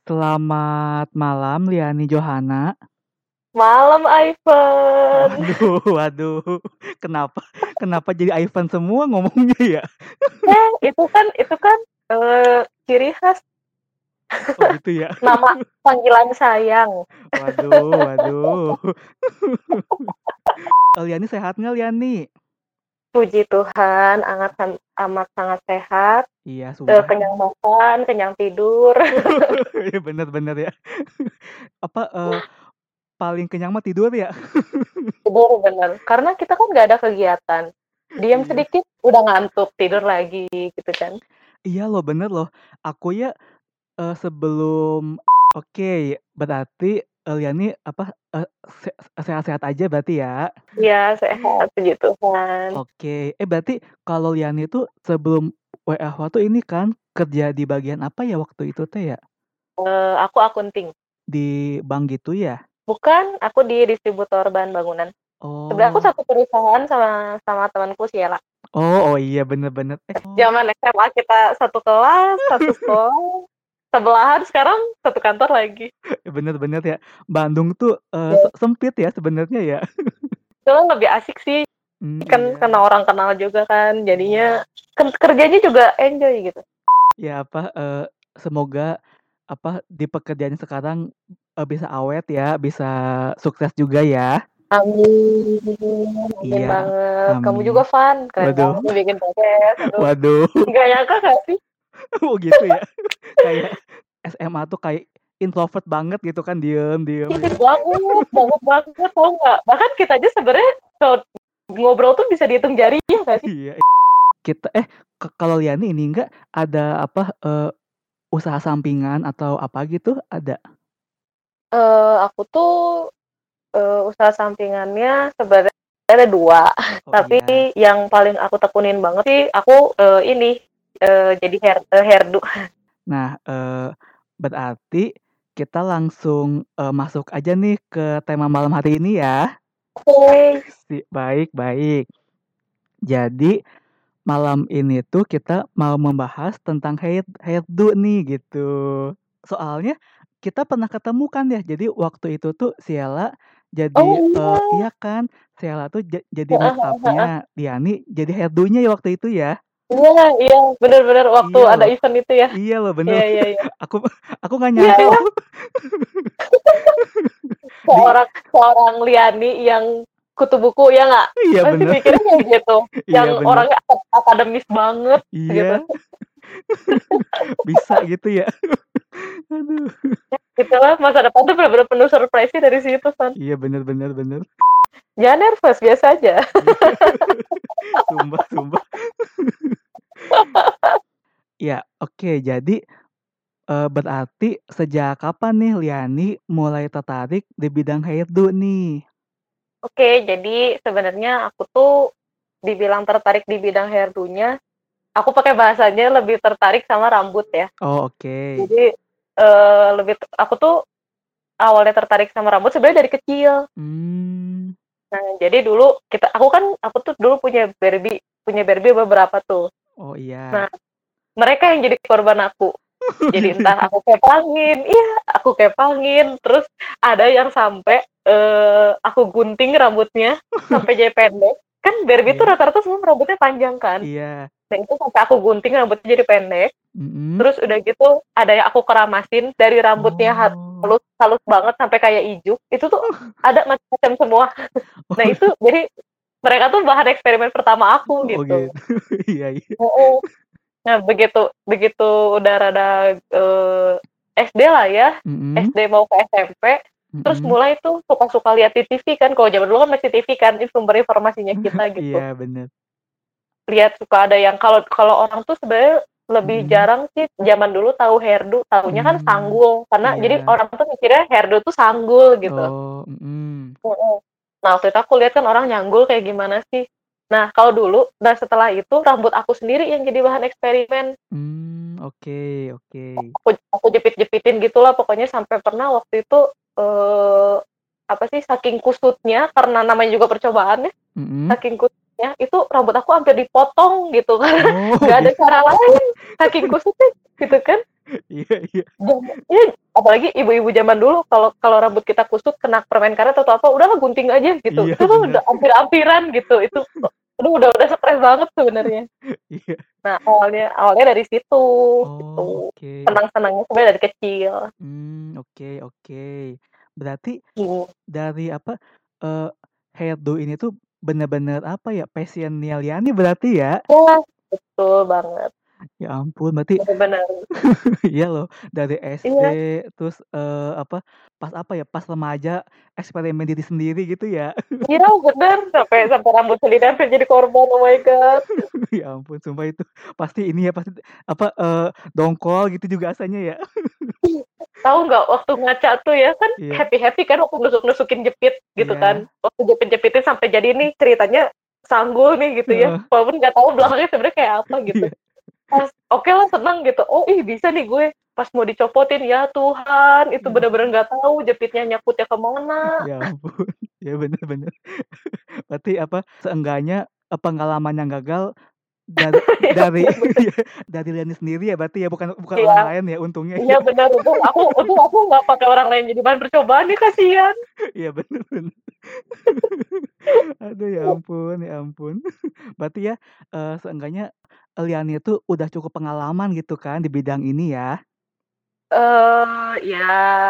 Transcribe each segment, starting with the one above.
Selamat malam Liani Johana. Malam, Ivan. Waduh, waduh. Kenapa kenapa jadi Ivan semua ngomongnya ya? Itu kan ciri khas Oh gitu ya. nama panggilan sayang. Waduh, waduh. Liani sehat nggak Liani? Puji Tuhan, amat sangat sehat. Iya, sumpah. Kenyang makan, kenyang tidur. Iya bener-bener ya. Apa paling kenyang mah tidur ya? Tidur bener. Karena kita kan nggak ada kegiatan. Diam Iya. sedikit, udah ngantuk, tidur lagi, gitu kan. Iya loh, bener loh. Aku ya sebelum oke, berarti Liani apa sehat-sehat aja berarti ya? Iya, sehat, puji Tuhan. Oke, berarti kalau Liani itu sebelum WFH tuh ini kan kerja di bagian apa ya waktu itu teh ya? Aku akunting. Di bank gitu ya? Bukan, aku di distributor bahan bangunan. Sebenarnya aku Oh, satu perusahaan sama temanku Sheila. oh iya bener-bener. Zaman SMA kita satu kelas, satu sekolah, sebelahan, sekarang satu kantor lagi. Bener-bener ya. Bandung tuh Ya. sempit ya sebenarnya ya. Itu lebih asik sih, kan Iya. karena orang kenal juga kan, jadinya kerjanya juga enjoy gitu. Ya apa semoga apa di pekerjaan sekarang bisa awet ya, bisa sukses juga ya. Amin, amin Iya, banget. Kamu juga, amin. Van, keren Waduh, banget nih bikin podcast. Aduh, waduh. nggak nyangka gak sih? Oh gitu ya. Kayak SMA tuh kayak introvert banget gitu kan, diem Ini gitu. banget, banget, banget, tau nggak? Bahkan kita aja sebenarnya kalau ngobrol tuh bisa dihitung jari, ya nggak sih? Iya. Kita kalau Liani ini enggak ada apa usaha sampingan atau apa gitu ada? Aku tuh usaha sampingannya sebenarnya ada dua, Oh tapi iya. yang paling aku tekunin banget sih aku ini jadi hairdo. Nah, berarti kita langsung masuk aja nih ke tema malam hari ini ya. Oke. Baik, baik. Jadi malam ini tuh kita mau membahas tentang hairdo nih gitu. Soalnya kita pernah ketemu kan ya. Jadi waktu itu tuh Ciela Oh jadi iya. iya kan, Ciela tuh jadi make upnya, Diani jadi hairdo-nya ya waktu itu ya. Iya, iya, benar-benar waktu Iya ada loh, event itu ya. iya loh bener. Iya, iya, iya. Aku aku nggak Iya, nyangka iya. loh. Di Seorang seorang Liani yang kutu buku ya nggak? iya Pasti bener, mikirnya kayak gitu. Yang iya bener, orangnya akademis banget gitu. iya bisa gitu ya. Aduh, Itulah masa depan tuh benar-benar penuh surprise dari situ kan. iya bener bener bener. Jangan nervous, biasa aja. Iya. Sumpah, sumpah. Ya, oke. Jadi berarti sejak kapan nih Liani mulai tertarik di bidang hairdo nih? Oke, jadi sebenarnya aku tuh dibilang tertarik di bidang hairdo-nya, aku pakai bahasanya lebih tertarik sama rambut ya. Oh, oke. Jadi aku tuh awalnya tertarik sama rambut sebenarnya dari kecil. Hmm. Nah, jadi dulu aku tuh dulu punya Barbie beberapa tuh. Oh iya. Nah, mereka yang jadi korban aku. Oh Jadi gitu entah ya. aku kepangin, terus ada yang sampai aku gunting rambutnya sampai jadi pendek. Kan Barbie tuh Iya. rata-rata semua rambutnya panjang kan. Iya. Nah itu sampai aku gunting rambutnya jadi pendek. Mm-mm. Terus udah gitu ada yang aku keramasin dari rambutnya Oh. halus halus banget sampai kayak ijuk. Itu tuh ada macam-macam semua. Nah Oh, itu jadi mereka tuh bahan eksperimen pertama aku oh gitu. gitu. Iya, iya. Oh, nah begitu begitu udah rada SD lah ya, Mm-mm. SD mau ke SMP, terus Mm-mm. mulai tuh suka-suka lihat di TV kan. Kalau zaman dulu kan masih TV kan, sumber informasinya kita gitu. Iya, bener. Lihat suka ada yang kalau kalau orang tuh sebenarnya lebih Mm-mm. jarang sih zaman dulu tahu hairdo, taunya kan Hmm. sanggul. Karena jadi Iya. orang tuh mikirnya hairdo tuh sanggul gitu. Oh, mm-mm. Heeh. Nah, waktu itu aku lihat kan orang nyanggul kayak gimana sih. Nah, kalau dulu dan setelah itu rambut aku sendiri yang jadi bahan eksperimen. Hmm, oke, oke. Aku jepit-jepitin gitulah pokoknya sampai pernah waktu itu eh apa sih saking kusutnya karena namanya juga percobaan ya. Mm-mm. Saking kusutnya itu rambut aku hampir dipotong gitu karena Oh, nggak ada gitu. cara lain saking kusutnya gitu kan. Iya, iya. Ya, apalagi ibu-ibu zaman dulu kalau kalau rambut kita kusut kena permen karet atau apa, udahlah gunting aja gitu. Iya Itu tuh bener. udah hampir-hampiran gitu. Itu aduh udah stres banget sebenarnya. Iya. Nah, awalnya awalnya dari situ Oh, gitu. oke Senang-senangnya sebenarnya dari kecil. oke oke. Berarti Hmm. dari apa, eee, hairdo ini tuh bener-bener apa ya, passion-nya Liani berarti ya? Ya, betul banget. Ya ampun berarti Benar-benar. iya loh, dari SD Iya, terus, apa, pas apa ya, pas remaja eksperimen diri sendiri gitu ya? iya benar. Sampai sampai rambut sendiri hampir jadi korban. Oh my god. Ya ampun sumpah itu pasti ini ya, pasti apa, dongkol gitu juga rasanya ya? Tahu nggak waktu ngaca tuh ya kan Iya, happy-happy kan waktu nusuk-nusukin jepit gitu kan. iya, Waktu jepit-jepitin sampai jadi nih ceritanya sanggul nih gitu ya. heeh, Walaupun nggak tahu belakangnya sebenarnya kayak apa gitu. iya, Pas oke lah seneng gitu. Oh ih bisa nih gue. Pas mau dicopotin ya Tuhan itu ya bener-bener nggak tahu jepitnya nyakutnya kemana. ya ampun, ya bener bener. Berarti apa, seenggaknya, pengalaman yang gagal Iya dari bener bener. dari Liani sendiri ya berarti ya, bukan bukan Iya orang lain ya untungnya iya ya? benar untung aku nggak pakai orang lain jadi bahan percobaan nih kasihan. Iya bener bener. Aduh ya ampun ya ampun. Berarti ya, seenggaknya Liani itu udah cukup pengalaman gitu kan di bidang ini ya? Ya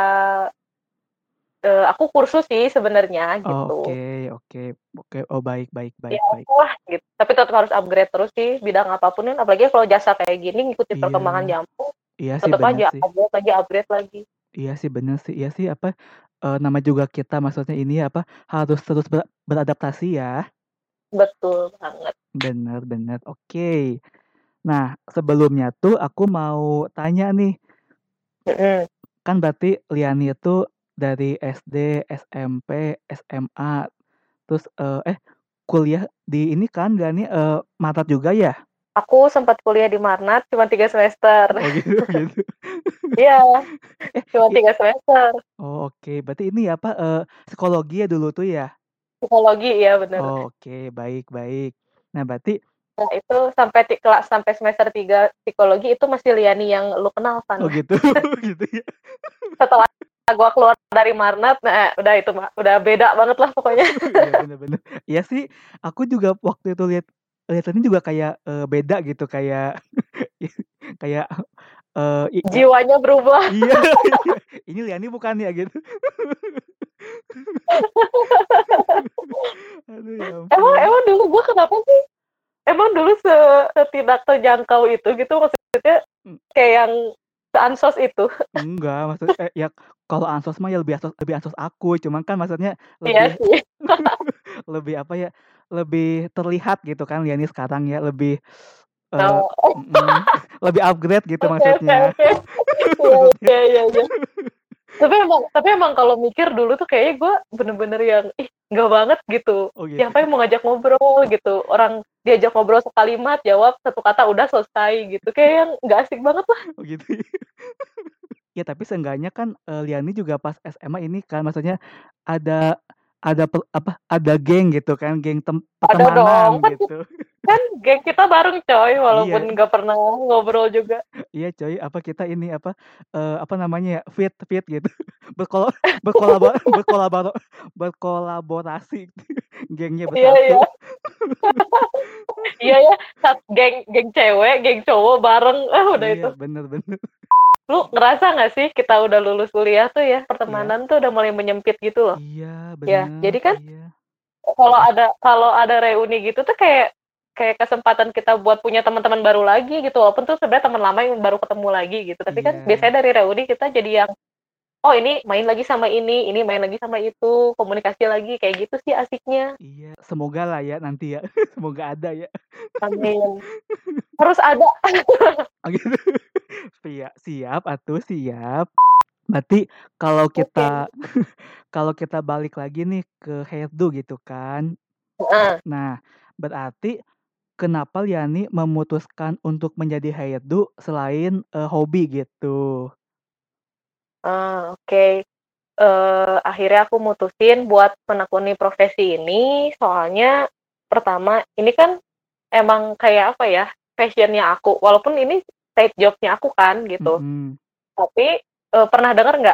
aku kursus sih sebenarnya Oh, gitu. oke oke oke. Oh, baik baik baik Ya baik. lah gitu. Tapi tetap harus upgrade terus sih bidang apapun kan, apalagi kalau jasa kayak gini ngikutin Iya perkembangan zaman, iya sih tetap bener aja sih. upgrade lagi. Iya sih bener sih. Iya sih apa, nama juga kita maksudnya ini ya apa, harus terus beradaptasi ya? Betul banget. Bener bener, oke. Nah, sebelumnya tuh aku mau tanya nih, Mhm. kan berarti Liani itu dari SD, SMP, SMA, terus, kuliah di ini kan Liani, Maret juga ya? Aku sempat kuliah di Marnat cuma 3 semester. Oh gitu gitu. Iya, Eh, cuma i 3 semester. oh oke, berarti ini ya apa, psikologi ya dulu tuh ya? Psikologi, iya bener. Oh oke, baik baik. Nah berarti Nah itu sampai kelas sampai semester 3 psikologi itu masih Liani yang lu kenal kan. oh gitu gitu ya? Setelah gua keluar dari Marnat, nah udah itu mah udah beda banget lah pokoknya. Iya bener bener. Iya sih, aku juga waktu itu lihat lihat ini juga kayak, beda gitu kayak kayak, ya Jiwanya berubah. iya iya, ini Liani bukan ya gitu. Aduh ya Emang ampun. emang dulu gua kenapa sih? Emang dulu setidak terjangkau itu gitu maksudnya Mmm, kayak yang seansos itu. enggak maksud ya kalau ansos mah ya lebih ansos aku, cuman kan maksudnya Iya lebih sih. lebih apa ya, lebih terlihat gitu kan Liani sekarang ya, lebih, eee Oh, mhm, lebih upgrade gitu oke oke maksudnya. oke. Iya Maksudnya iya iya iya. Tapi emang kalau mikir dulu tuh kayaknya gue bener-bener yang ih nggak banget gitu. oh gitu Siapa yang mau ngajak ngobrol gitu? Orang diajak ngobrol sekalimat jawab satu kata udah selesai gitu. Kayak yang nggak asik banget lah. oh gitu ya. Ya tapi seenggaknya kan, Liani juga pas SMA ini kan maksudnya ada apa, ada geng gitu kan, geng Ada dong pertemanan kan gitu. kan geng kita bareng coy walaupun Iya nggak pernah ngobrol juga. iya coy, apa kita ini apa, apa namanya ya, fit gitu, berkolo berkolabor berkolaboro berkolaborasi gengnya Iya bersatu. iya iya ya geng geng cewek geng cowok bareng udah Iya itu. bener bener. Lu ngerasa nggak sih kita udah lulus kuliah tuh ya Iya pertemanan tuh udah mulai menyempit gitu loh. iya Ya bener, jadi kan iya kalau ada reuni gitu tuh kayak kayak kesempatan kita buat punya teman-teman baru lagi gitu walaupun tuh sebenarnya teman lama yang baru ketemu lagi gitu tapi kan iya biasanya dari reuni kita jadi yang oh ini main lagi sama ini main lagi sama itu komunikasi lagi kayak gitu sih asiknya. iya, semoga lah ya nanti ya, semoga ada ya. Amin. Harus ada. Oh gitu. Siap atuh, siap. Berarti kalau Oke. kita kalau kita balik lagi nih ke hairdo gitu kan. Heeh. Nah, berarti kenapa Liani memutuskan untuk menjadi hairdo selain, hobi gitu? Oke. Akhirnya aku mutusin buat menekuni profesi ini soalnya pertama ini kan emang kayak apa ya passionnya aku walaupun ini side jobnya aku kan gitu Mhm, tapi pernah dengar nggak?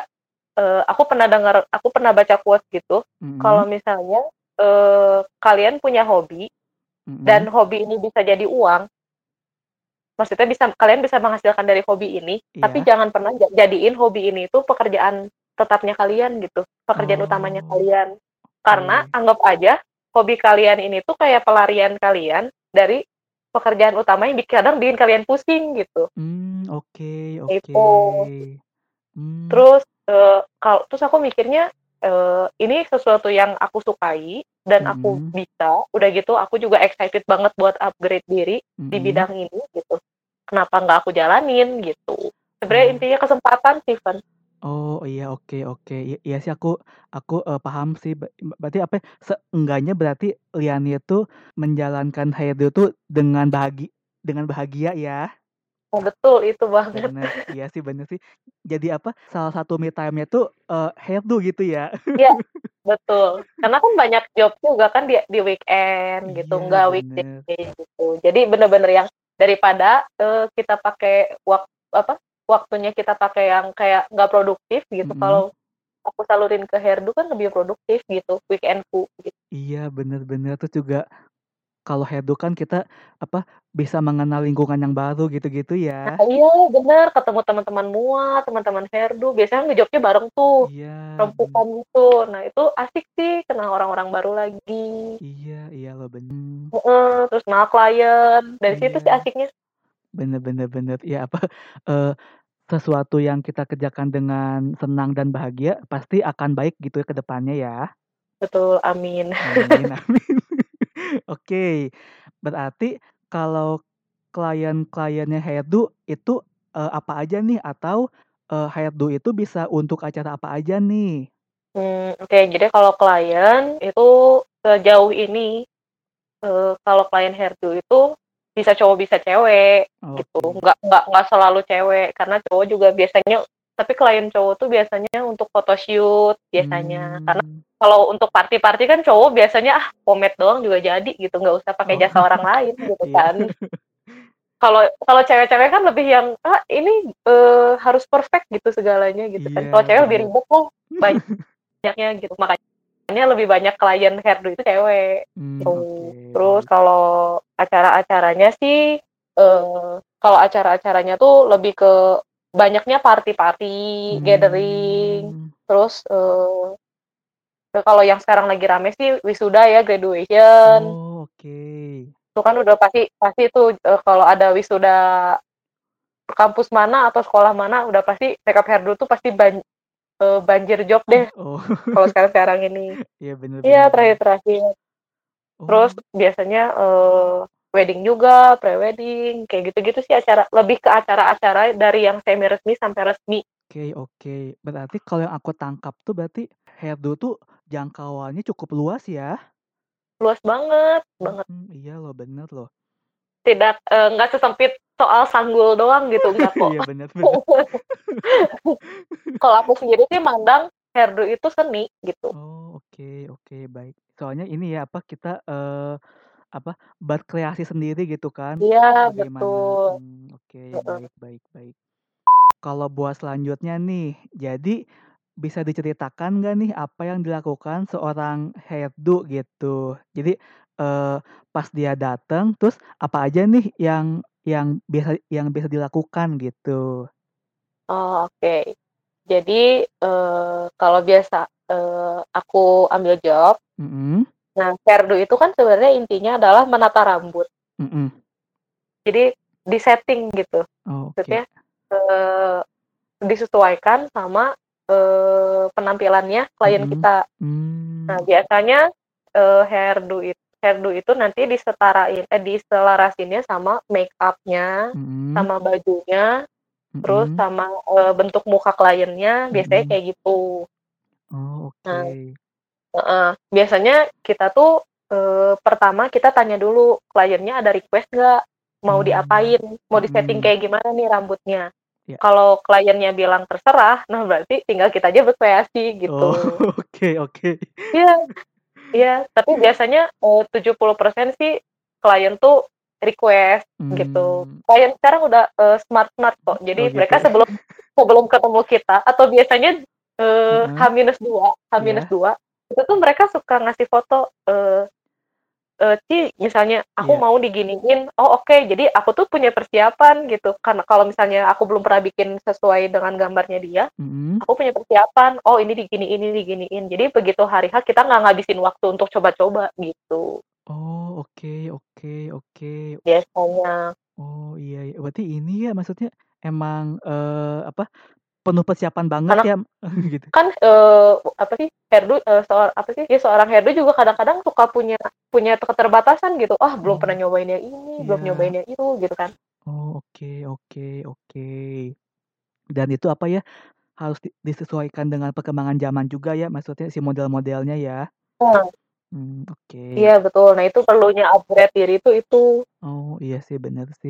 Aku pernah baca quote gitu. Kalau Mhm, misalnya kalian punya hobi dan mhm. hobi ini bisa jadi uang, maksudnya kalian bisa menghasilkan dari hobi ini, tapi Iya. jangan pernah jadiin hobi ini itu pekerjaan tetapnya kalian gitu, pekerjaan utamanya Oh, kalian. Karena oke. anggap aja hobi kalian ini tuh kayak pelarian kalian dari pekerjaan utama yang kadang bikin kalian pusing gitu. Oke oke. Itu. Mmm, Terus terus aku mikirnya ini sesuatu yang aku sukai dan aku mhm, bisa, udah gitu aku juga excited banget buat upgrade diri di mhm. bidang ini gitu. Kenapa nggak aku jalanin gitu. Sebenarnya Oh intinya kesempatan sih, Van. oh, iya, oke oke. Iya sih aku, paham sih berarti apa ya, seenggaknya berarti Liani itu menjalankan hairdo tuh dengan bahagia ya? Oh, betul itu banget. Bener, iya sih bener sih. Jadi apa, salah satu me time-nya tuh, hairdo gitu ya? Iya, betul. Karena kan banyak job juga kan di weekend gitu, Iya nggak bener, weekday gitu. Jadi bener-bener yang daripada kita pakai waktunya kita pakai yang kayak nggak produktif gitu. mhm. Kalau aku salurin ke hairdo kan lebih produktif gitu, weekendku gitu. Iya bener bener, terus juga kalau hairdo kan kita apa, bisa mengenal lingkungan yang baru gitu-gitu ya? Nah, iya bener, ketemu teman-teman mua, teman-teman hairdo, biasanya ngejobnya bareng tuh, Iya bener, rembukan gitu. Nah, itu asik sih, kenal orang-orang baru lagi. iya loh Heeh, terus kenal klien, dari situ sih iya. asiknya. Bener bener bener. Ya apa, eee, sesuatu yang kita kerjakan dengan senang dan bahagia pasti akan baik gitu ya ke depannya ya. Betul, amin. Amin amin. Oke, berarti kalau klien-kliennya Hairdo itu, apa aja nih? Atau, Hairdo itu bisa untuk acara apa aja nih? Oke, jadi kalau klien itu sejauh ini, kalau klien hairdo itu bisa cowok bisa cewek gitu, Oke. nggak selalu cewek, karena cowok juga biasanya tapi klien cowok tuh biasanya untuk photoshoot biasanya, karena Mmm. kalau untuk party-party kan cowok biasanya, pomade doang juga jadi gitu, nggak usah pakai Oh, jasa orang lain gitu iya. kan. Kalau kalau cewek-cewek kan lebih yang, ini, harus perfect gitu segalanya gitu kan. Kalau Iya, cewek lebih bener. ribet loh, banyaknya gitu. Makanya lebih banyak klien hairdo itu cewek, Oke, gitu. Terus baik. kalau acara-acaranya sih, kalau acara-acaranya tuh lebih ke banyaknya party-party, gathering, Mmm. terus, kalau yang sekarang lagi rame sih wisuda ya, graduation. Oh, oke. Itu kan udah pasti pasti itu, kalau ada wisuda kampus mana atau sekolah mana udah pasti makeup hairdo tuh pasti banjir job deh Oh, kalau sekarang-sekarang ini. iya bener Iya, bener bener. terakhir-terakhir. Terus Oh, biasanya, wedding juga, pre-wedding, kayak gitu-gitu sih lebih ke acara-acara dari yang semi resmi sampai resmi. oke oke. Berarti kalau yang aku tangkap tuh berarti hairdo tuh jangkauannya cukup luas ya? Luas banget banget. Iya loh, bener loh. Nggak sesempit soal sanggul doang gitu, enggak kok. Iya bener bener. Kalau aku sendiri sih mandang hairdo itu seni gitu. Oh, oke oke, baik. Soalnya ini ya, apa, kita, apa, berkreasi sendiri gitu kan, Iya, bagaimana betul. oke, Heeh. baik baik baik. Kalau buat selanjutnya nih, jadi bisa diceritakan nggak nih apa yang dilakukan seorang hairdo gitu? Jadi, pas dia datang terus apa aja nih yang biasa dilakukan gitu? Oh, oke. Jadi, kalau biasa, aku ambil job, Mhm, nah hairdo itu kan sebenarnya intinya adalah menata rambut. mhm. Jadi di-setting gitu, Oke. maksudnya, eee, disesuaikan sama, penampilannya klien Mhm. kita. Nah, Mmm, biasanya, hairdo itu nanti diselarasinnya sama make up-nya, mhm, sama bajunya, terus mhm, sama, bentuk muka kliennya, biasanya mhm. kayak gitu. Oh, Nah, oke. heeh, biasanya kita tuh, pertama kita tanya dulu, kliennya ada request nggak, mau Mmm, diapain, mau di-setting mhm. kayak gimana nih rambutnya. Ya. Kalau kliennya bilang terserah, nah berarti tinggal kita aja berkreasi Oh, gitu. oke oke. Iya iya, tapi biasanya, 70% sih klien tuh request gitu. Mmm, Klien sekarang udah, smart-smart kok, oh jadi gitu mereka ya? sebelum ketemu kita atau biasanya Heeh. H-2, Iya, H-2 itu tuh mereka suka ngasih foto, Ci, misalnya aku iya. mau diginiin, oh oke, jadi aku tuh punya persiapan gitu, karena kalau misalnya aku belum pernah bikin sesuai dengan gambarnya dia, Mhm. aku punya persiapan, oh ini diginiin, jadi begitu hari H kita nggak ngabisin waktu untuk coba-coba gitu, Oh, oke, oke, oke. biasanya. Oh, iya, iya. Berarti ini ya maksudnya emang, apa, penuh persiapan banget Karena ya, gitu? kan, apa sih, Herdu, apa sih, ya seorang Herdu juga kadang-kadang suka punya punya keterbatasan gitu, "Ah, belum pernah Oh, nyobain yang ini, belum iya. nyobain yang itu," gitu kan. Oh, oke, oke, oke. Dan itu apa ya, harus disesuaikan dengan perkembangan zaman juga ya, maksudnya si model-modelnya ya? Nah, Oke. iya betul. Nah, itu perlunya upgrade diri itu. Oh, iya sih, bener sih.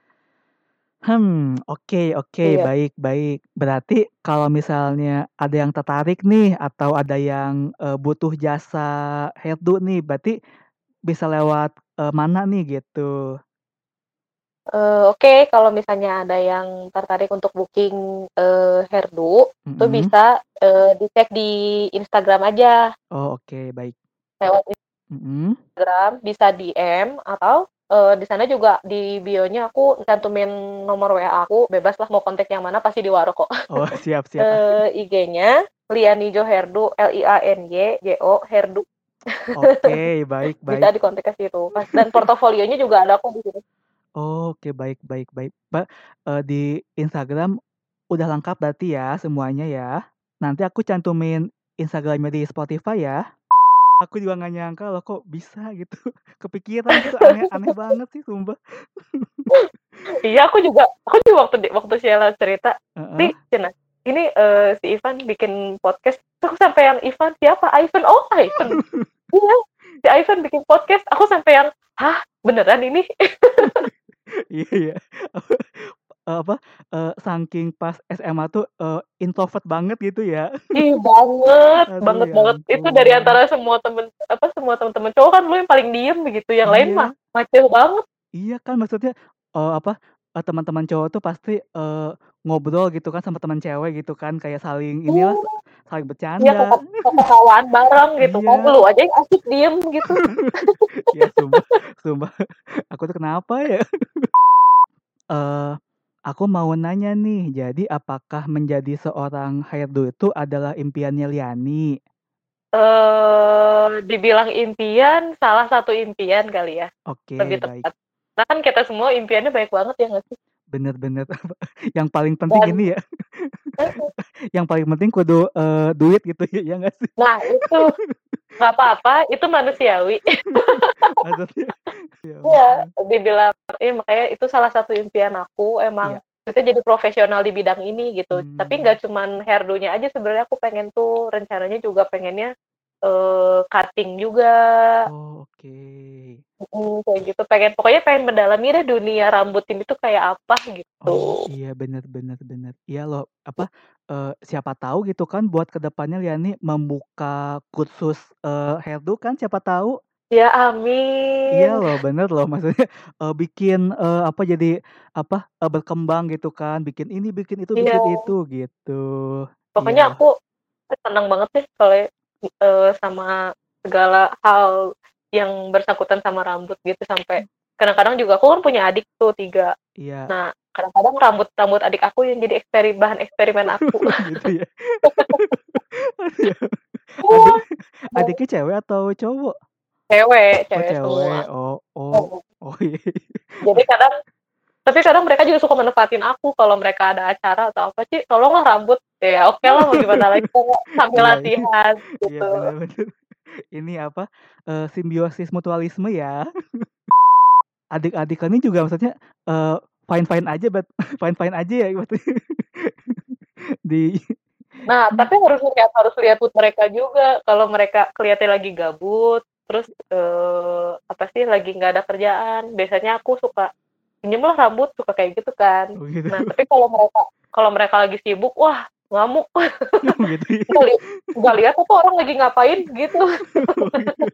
Oke, oke, Iya. baik, baik. Berarti kalau misalnya ada yang tertarik nih atau ada yang, butuh jasa hairdo nih, berarti bisa lewat, mana nih gitu? Oke, kalau misalnya ada yang tertarik untuk booking, hairdo, itu Mhm. bisa, dicek di Instagram aja, Oh, oke, baik. lewat Mhm. Instagram, bisa DM atau, di sana juga di bio-nya aku cantumin nomor WA aku, bebas lah mau kontak yang mana pasti diwaro kok. Oh, siap, siap. IG-nya Lianijo Hairdo, Lianjjo Hairdo, Oke, baik, bisa baik. dikontak ke situ, dan portofolionya juga ada kok di situ. Oke, baik, baik, baik. Mbak, di Instagram udah lengkap berarti ya semuanya ya? Nanti aku cantumin Instagram-nya di Spotify ya. Aku juga nggak nyangka loh kok bisa gitu, kepikiran gitu, aneh aneh banget sih sumpah. Iya, aku juga waktu Sheila cerita, Heeh. "Ti, cenah, ini, si Ivan bikin podcast," terus aku sampai yang, "Ivan siapa?" "Ivan." "Oh, Ivan." "Iya, si Ivan bikin podcast." Aku sampai yang, "Hah, beneran ini?" Iya, iya. Apa, saking pas SMA tuh, introvert banget gitu ya. Ih, banget Aduh banget ya banget. Itu dari ampun. antara semua semua temen-temen cowok kan lu yang paling diem begitu, yang lain mah Iya, macil banget. iya kan maksudnya, apa, teman-teman cowok tuh pasti, ngobrol gitu kan sama teman cewek gitu kan, kayak saling inilah, Iya, saling iya bercanda. keketawaan bareng gitu kan, Iya. lu aja yang asik diem gitu. Iya sumpah, sumpah, aku tuh kenapa ya? Eee, aku mau nanya nih, jadi apakah menjadi seorang hairdo itu adalah impiannya Liani? Dibilang impian, salah satu impian kali ya, Oke, lebih baik. tepat. Karena kan kita semua impiannya baik banget ya nggak sih? Bener, bener, yang paling penting Dan ini ya, yang paling penting kudu, duit gitu ya, ya nggak sih? nah itu, nggak apa-apa, itu manusiawi. Maksudnya ya Iya, ampun. dibilang makanya itu salah satu impian aku, emang Iya, kita jadi profesional di bidang ini gitu. Tapi mmm, nggak cuman hairdo-nya aja sebenarnya aku pengen tuh, rencananya juga pengennya, cutting juga, oh oke. kayak gitu. Pokoknya pengen mendalami deh dunia rambut ini tuh kayak apa gitu. Oh, iya, bener, bener, bener. Iya loh, apa, siapa tahu gitu kan buat ke depannya Liani membuka kursus, hairdo kan siapa tahu. Ya Iya amin. loh, bener loh, maksudnya, bikin, apa, jadi, apa, berkembang gitu kan, Iya, bikin itu, gitu. Iya pokoknya loh. aku senang banget sih kalau, sama segala hal yang bersangkutan sama rambut gitu, sampai kadang-kadang juga aku kan punya adik tuh 3. Iya, Nah, kadang-kadang rambut rambut adik aku yang jadi bahan eksperimen aku. gitu ya. Iya. Adik Iya, adiknya cewek atau cowok? cewek Oh, cewek semua. cewek. Oh, oh, Mhm. oh, iya. Jadi kadang mereka juga suka manfaatin aku kalau mereka ada acara atau apa, "Ci, tolonglah rambut." Ya oke lah mau gimana lagi kan sambil Iya, iya. latihan Iya, gitu. bener, bener. Ini apa, simbiosis mutualisme ya. Adik-adikannya juga maksudnya, fine-fine aja fine-fine aja ya maksudnya di Nah, tapi harus lihat mood mereka juga. Kalau mereka kelihatannya lagi gabut, terus, apa sih, lagi nggak ada kerjaan, biasanya aku suka pinjem lah rambut, suka kayak gitu kan. oh gitu. Nah, tapi kalau mereka lagi sibuk, wah ngamuk, Oh gitu ya. nggak li nggak lihat apa orang lagi ngapain gitu. Oh gitu.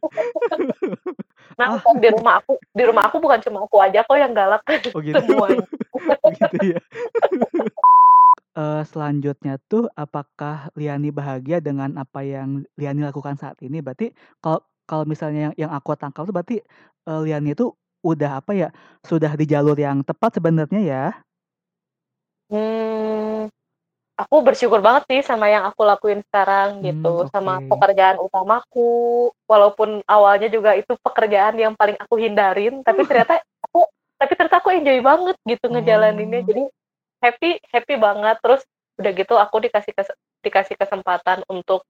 Nah, Ah, pas di rumah aku bukan cuma aku aja kok yang galak, oh gitu. semuanya. Oh gitu ya. selanjutnya tuh apakah Liani bahagia dengan apa yang Liani lakukan saat ini? Berarti kalau kalau misalnya yang aku tangkap tuh berarti, Liani itu udah apa ya, sudah di jalur yang tepat sebenarnya ya? Hmm, aku bersyukur banget sih sama yang aku lakuin sekarang gitu, Oke. sama pekerjaan utamaku. Walaupun awalnya juga itu pekerjaan yang paling aku hindarin, aku tapi ternyata aku enjoy banget gitu ngejalaninnya. Oh. Jadi happy happy banget. Terus udah gitu aku dikasih kesempatan untuk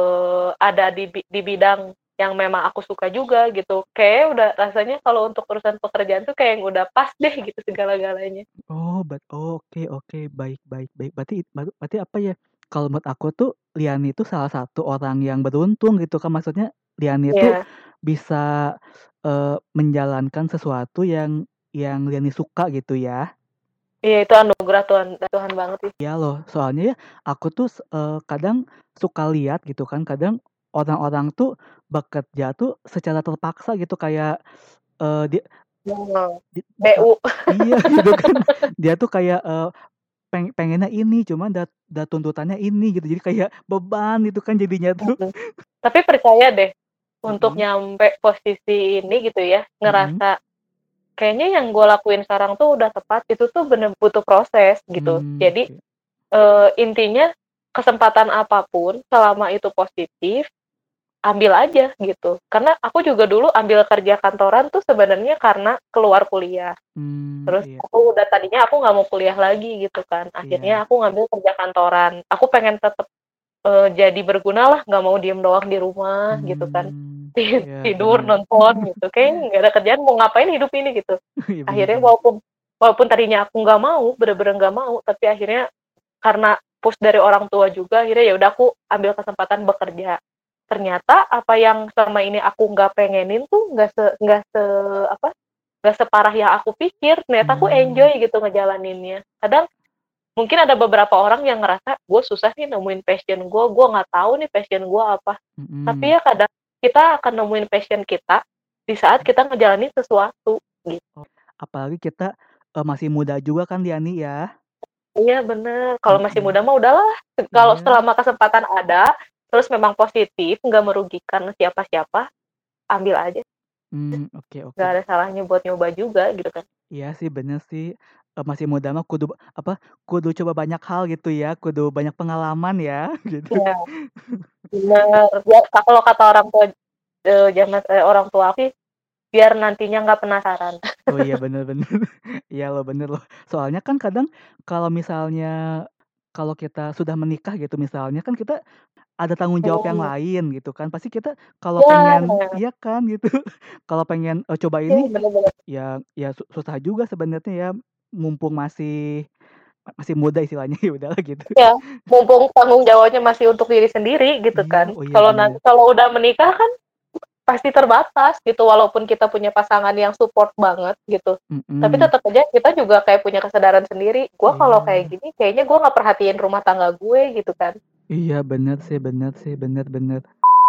ada di bidang yang memang aku suka juga gitu. Kayak udah rasanya kalau untuk urusan pekerjaan tuh kayak yang udah pas deh gitu segala-galanya. Oh, oke oke, baik baik baik. Berarti apa ya, kalau menurut aku tuh Liani itu salah satu orang yang beruntung gitu kan, maksudnya Liani itu Iya, bisa, menjalankan sesuatu yang Liani suka gitu ya. iya itu anugerah Tuhan Tuhan banget sih. Iya loh, soalnya ya aku tuh kadang suka lihat gitu kan, kadang orang-orang tuh bekerja tuh secara terpaksa gitu kayak, dia Wow. di BU. iya gitu kan, dia tuh kayak, pengennya ini, cuman tuntutannya ini gitu, jadi kayak beban gitu kan jadinya tuh. Mhm. Tapi percaya deh, untuk Mhm nyampe posisi ini gitu ya, mhm. ngerasa kayaknya yang gue lakuin sekarang tuh udah tepat, itu tuh bener butuh proses gitu. Jadi Oke. intinya kesempatan apapun selama itu positif, ambil aja gitu. Karena aku juga dulu ambil kerja kantoran tuh sebenarnya karena keluar kuliah. Terus Iya tadinya aku nggak mau kuliah lagi gitu kan. iya. Akhirnya aku ngambil kerja kantoran. Aku pengen tetap jadi berguna lah, nggak mau diem doang di rumah gitu kan. Iya Tidur, bener. nonton gitu. Kayaknya nggak ada kerjaan, mau ngapain hidup ini gitu. Iya bener Akhirnya bener. walaupun tadinya aku nggak mau, bener-bener nggak mau, tapi akhirnya karena push dari orang tua juga, akhirnya ya udah aku ambil kesempatan bekerja. Ternyata apa yang selama ini aku nggak pengenin tuh apa nggak separah yang aku pikir. Ternyata aku Mmm, enjoy gitu ngejalaninnya. Kadang mungkin ada beberapa orang yang ngerasa gue susah nih nemuin passion gue nggak tahu nih passion gue apa. Tapi mhm. ya kadang kita akan nemuin passion kita di saat kita ngejalanin sesuatu gitu. Oh, apalagi kita, masih muda juga kan Liani ya. Iya bener, kalau masih Mhm. muda mah udahlah, kalau Iya. selama kesempatan ada, terus memang positif, nggak merugikan siapa-siapa, ambil aja, Oke oke. nggak ada salahnya buat nyoba juga gitu kan. Iya sih bener sih, masih muda mah kudu apa, kudu coba banyak hal gitu ya, kudu banyak pengalaman ya, gitu. Iya, bener. Ya, kalau kata orang tua, orang tua aku sih, biar nantinya nggak penasaran. Oh iya bener bener. Iya loh, bener loh. Soalnya kan kadang kalau misalnya kalau kita sudah menikah gitu misalnya kan kita ada tanggung jawab yang Mhm. lain gitu kan. Pasti kita kalau Ya, pengen iya kan gitu. Kalau pengen, coba iya ini bener-bener. ya susah juga sebenarnya ya, mumpung masih masih muda istilahnya, ya udahlah gitu. Ya, mumpung tanggung jawabnya masih untuk diri sendiri gitu Iya, kan. oh iya Kalau bener. kalau udah menikah kan pasti terbatas gitu, walaupun kita punya pasangan yang support banget gitu. Tapi Mhm, tetap aja kita juga kayak punya kesadaran sendiri, gue kalau kayak iya. gini kayaknya gue nggak perhatiin rumah tangga gue gitu kan. Iya bener sih, bener bener.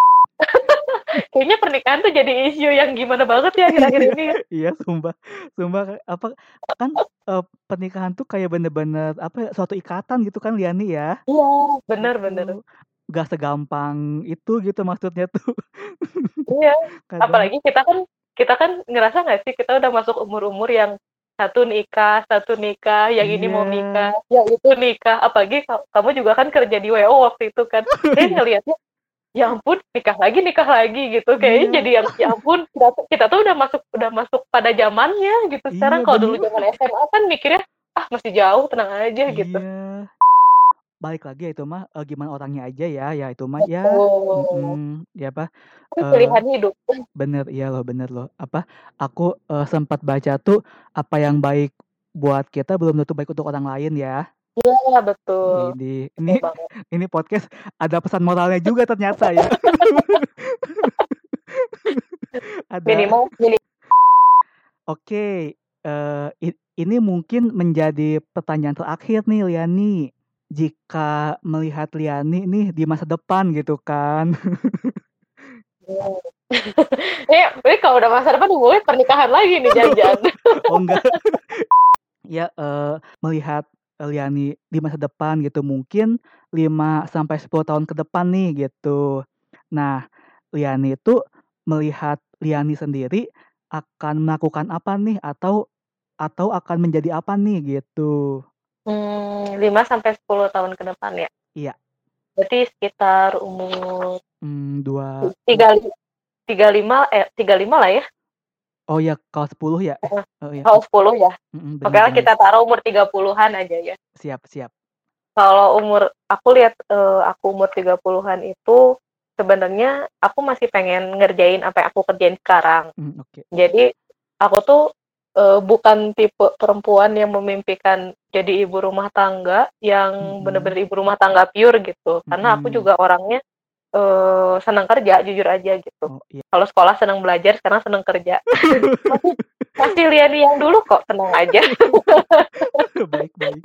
Kayaknya pernikahan tuh jadi isu yang gimana banget ya akhir-akhir Iya ini ya. iya sumpah sumpah apa, kan, pernikahan tuh kayak bener-bener apa ya, suatu ikatan gitu kan Liani ya, Iya, bener gitu. bener. Gak segampang itu gitu maksudnya tuh Iya, kadang. apalagi kita kan ngerasa nggak sih kita udah masuk umur-umur yang satu nikah, yang ini Iya mau nikah, yang itu nikah. Apalagi kamu juga kan kerja di WO waktu itu kan. Kayak iya ngelihatnya, ya ampun nikah lagi gitu. Kayaknya iya jadi yang ya ampun kita tuh udah masuk pada zamannya gitu. Sekarang iya kalau dulu bener, zaman SMA kan mikirnya ah masih jauh tenang aja gitu. iya. Balik lagi ya itu mah, gimana orangnya aja ya, ya itu mah ya Betul. ya apa, Itu eee, pilihan hidup. bener, iya loh bener loh, apa, aku, sempat baca tuh, apa yang baik buat kita belum tentu baik untuk orang lain ya. Iya betul. Widih, Betul banget. ini podcast ada pesan moralnya juga ternyata ya. Ada. Minimal Oke, ini mungkin menjadi pertanyaan terakhir nih Liani. Jika melihat Liani nih di masa depan gitu kan. minimal. Ini kalau udah masa depan hubungannya pernikahan lagi nih jangan-jangan. Oh enggak, ya, melihat, Liani di masa depan gitu, mungkin 5 sampai 10 tahun ke depan nih gitu. Nah, Liani itu melihat Liani sendiri akan melakukan apa nih atau akan menjadi apa nih gitu. 5 sampai 10 tahun ke depan ya? Iya, Berarti sekitar umur 2 35 lah ya? oh ya kalau 10 ya? Heeh. Oh ya, Kalau 10 ya? bener Oke lah bener. kita taruh umur 30-an aja ya. Siap siap. Kalau aku lihat aku umur 30-an itu sebenarnya aku masih pengen ngerjain apa yang aku kerjain sekarang. Oke. Jadi aku tuh bukan tipe perempuan yang memimpikan jadi ibu rumah tangga yang bener-bener ibu rumah tangga pure gitu. Karena aku juga orangnya senang kerja, jujur aja gitu. Oh, iya. Kalau sekolah senang belajar, sekarang senang kerja. Masih Liani yang dulu kok, tenang aja. Baik baik.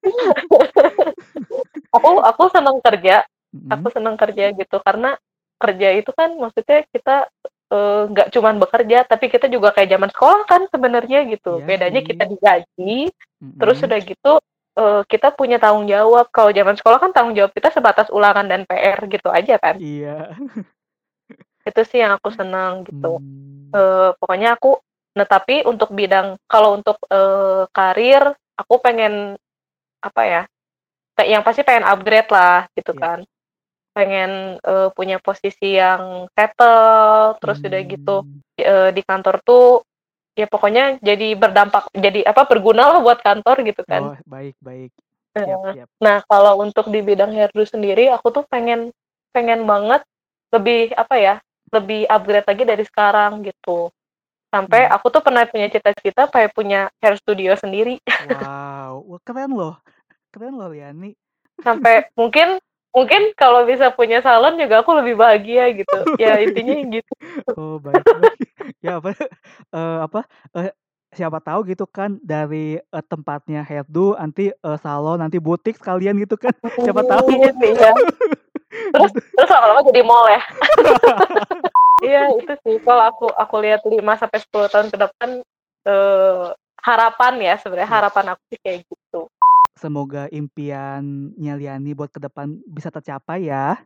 Aku senang kerja, aku Mhm. senang kerja gitu karena kerja itu kan maksudnya kita nggak cuman bekerja, tapi kita juga kayak zaman sekolah kan sebenarnya gitu. Iya Bedanya sih. kita digaji, terus Mhm. udah gitu kita punya tanggung jawab. Kalau zaman sekolah kan tanggung jawab kita sebatas ulangan dan PR gitu aja kan. Iya. Itu sih yang aku senang gitu. Mmm. Pokoknya aku nah tapi untuk bidang kalau untuk karir aku pengen apa ya? Yang pasti pengen upgrade lah gitu Iya. kan. Pengen punya posisi yang settle, terus udah gitu Mmm. di kantor tuh ya pokoknya jadi berdampak, jadi apa berguna lah buat kantor gitu kan. Oh, baik baik. Siap Heeh. siap. Nah kalau untuk di bidang hairdo sendiri aku tuh pengen pengen banget lebih apa ya, lebih upgrade lagi dari sekarang gitu. Sampai Mmm. aku tuh pernah punya cita-cita kayak punya hair studio sendiri. Wow, wah keren loh Liani. Sampai mungkin mungkin kalau bisa punya salon juga aku lebih bahagia gitu. Ya intinya gitu. Oh, baik baik. Ya apa, apa, eee, siapa tahu gitu kan dari, tempatnya hairdo nanti, salon, nanti butik sekalian gitu kan, siapa tahu. Amin, iya. Terus Gitu. terus lama-lama jadi mall ya. Iya itu sih kalau aku lihat 5 sampai 10 tahun ke depan, eee, harapan ya sebenarnya Iya. harapan aku sih kayak gitu. Semoga impiannya Liani buat ke depan bisa tercapai ya.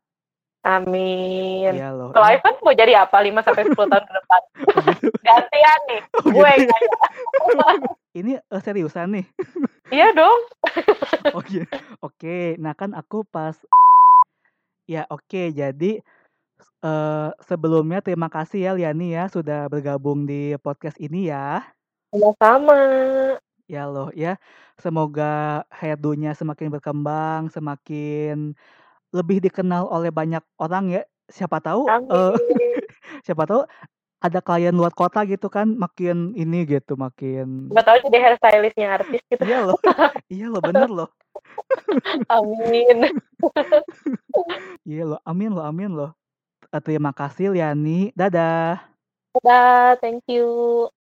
Amin. Iya loh, Kalau ya. Ivan mau jadi apa 5 sampai 10 tahun ke depan? Oh gitu. Gantian nih, Oh gue gitu yang ya. nanya. Ini, seriusan nih? Iya dong. Oh iya. Oke, nah kan aku pas ya oke jadi, sebelumnya terima kasih ya Liani ya sudah bergabung di podcast ini ya. Sama-sama. Ya loh ya, semoga hairdo-nya semakin berkembang, semakin lebih dikenal oleh banyak orang ya. Siapa tahu, Amin. siapa tahu ada klien luar kota gitu kan, makin ini gitu, makin Nggak tahu jadi hairstylist-nya artis gitu. iya loh iya loh, bener loh. Amin. Iya loh, amin loh. Terima kasih Liani, dadah. Dadah, thank you.